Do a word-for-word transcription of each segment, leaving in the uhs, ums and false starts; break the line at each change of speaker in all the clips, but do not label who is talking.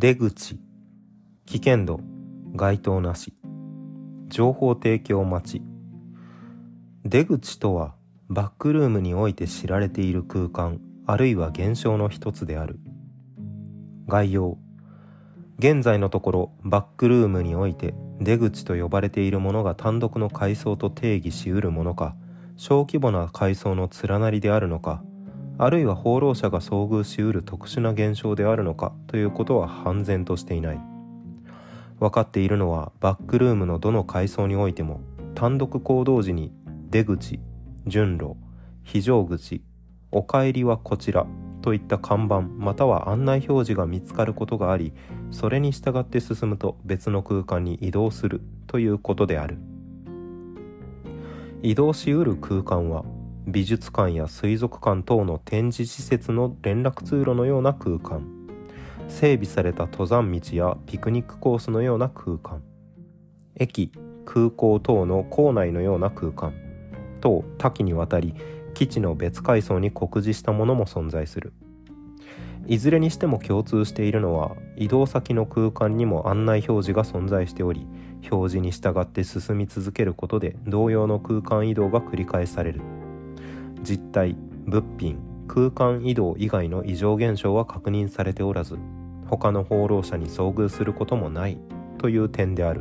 出口、危険度、該当なし、情報提供待ち。出口とはバックルームにおいて知られている空間あるいは現象の一つである。概要、現在のところバックルームにおいて出口と呼ばれているものが単独の階層と定義しうるものか、小規模な階層の連なりであるのか、あるいは放浪者が遭遇しうる特殊な現象であるのかということは判然としていない。分かっているのはバックルームのどの階層においても単独行動時に出口、順路、非常口、お帰りはこちらといった看板または案内表示が見つかることがあり、それに従って進むと別の空間に移動するということである。移動しうる空間は美術館や水族館等の展示施設の連絡通路のような空間、整備された登山道やピクニックコースのような空間、駅、空港等の構内のような空間等多岐にわたり、基地の別階層に酷似したものも存在する。いずれにしても共通しているのは、移動先の空間にも案内表示が存在しており、表示に従って進み続けることで同様の空間移動が繰り返される。実体、物品、空間移動以外の異常現象は確認されておらず、他の放浪者に遭遇することもないという点である。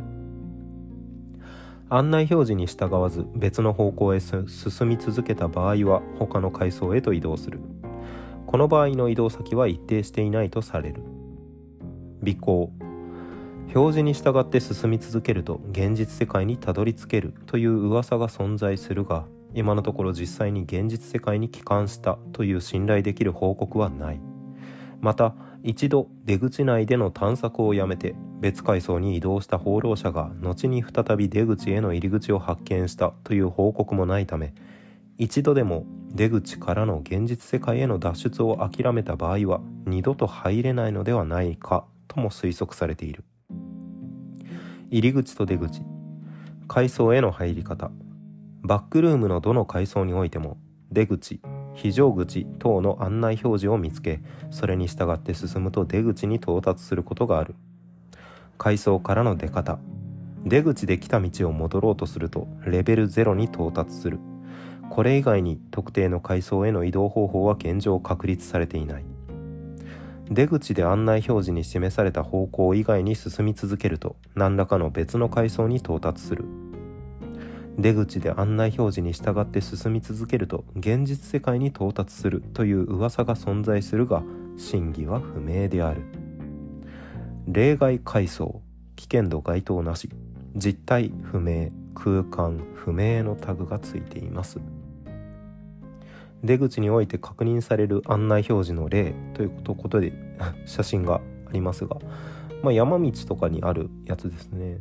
案内表示に従わず別の方向へ進み続けた場合は他の階層へと移動する。この場合の移動先は一定していないとされる。尾行、表示に従って進み続けると現実世界にたどり着けるという噂が存在するが、今のところ実際に現実世界に帰還したという信頼できる報告はない。また一度出口内での探索をやめて別階層に移動した放浪者が後に再び出口への入り口を発見したという報告もないため、一度でも出口からの現実世界への脱出を諦めた場合は二度と入れないのではないかとも推測されている。入り口と出口、階層への入り方。バックルームのどの階層においても出口、非常口等の案内表示を見つけ、それに従って進むと出口に到達することがある。階層からの出方。出口で来た道を戻ろうとするとレベルゼロに到達する。これ以外に特定の階層への移動方法は現状確立されていない。出口で案内表示に示された方向以外に進み続けると何らかの別の階層に到達する。出口で案内表示に従って進み続けると現実世界に到達するという噂が存在するが、真偽は不明である。例外階層、危険度該当なし、実体不明、空間不明のタグがついています。出口において確認される案内表示の例ということで写真がありますが、まあ、山道とかにあるやつですね。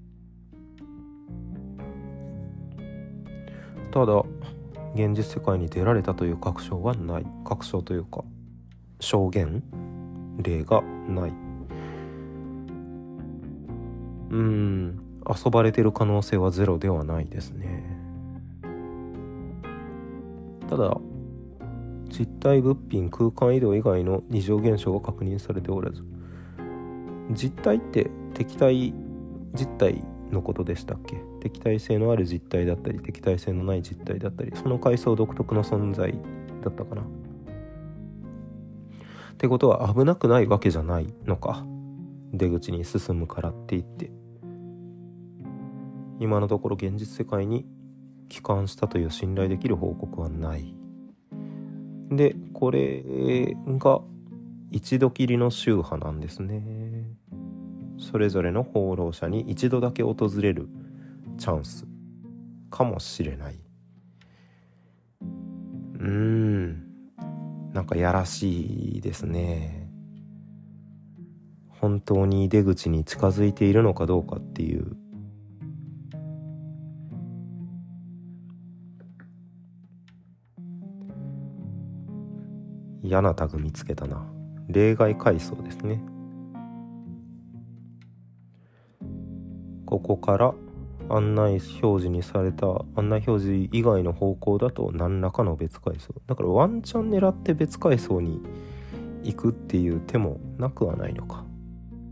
ただ現実世界に出られたという確証はない。確証というか証言例がない。うーん遊ばれてる可能性はゼロではないですね。ただ実体、物品、空間移動以外の異常現象は確認されておらず、実体って敵対実体のことでしたっけ？敵対性のある実体だったり敵対性のない実体だったり、その階層独特の存在だったかな。ってことは危なくないわけじゃないのか。出口に進むからって言って今のところ現実世界に帰還したという信頼できる報告はない。でこれが一度きりの宗派なんですね。それぞれの放浪者に一度だけ訪れるチャンスかもしれない。うーんなんかやらしいですね。本当に出口に近づいているのかどうかっていう。嫌なタグ見つけたな。例外階層ですね。ここから案内表示にされた案内表示以外の方向だと何らかの別階層だから、ワンチャン狙って別階層に行くっていう手もなくはないのか。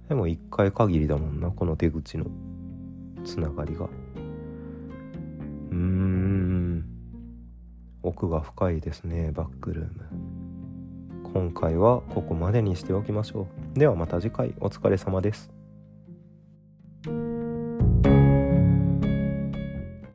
でもいっかい限りだもんな、この出口のつながりが。うーん奥が深いですね、バックルーム。今回はここまでにしておきましょう。ではまた次回、お疲れ様です。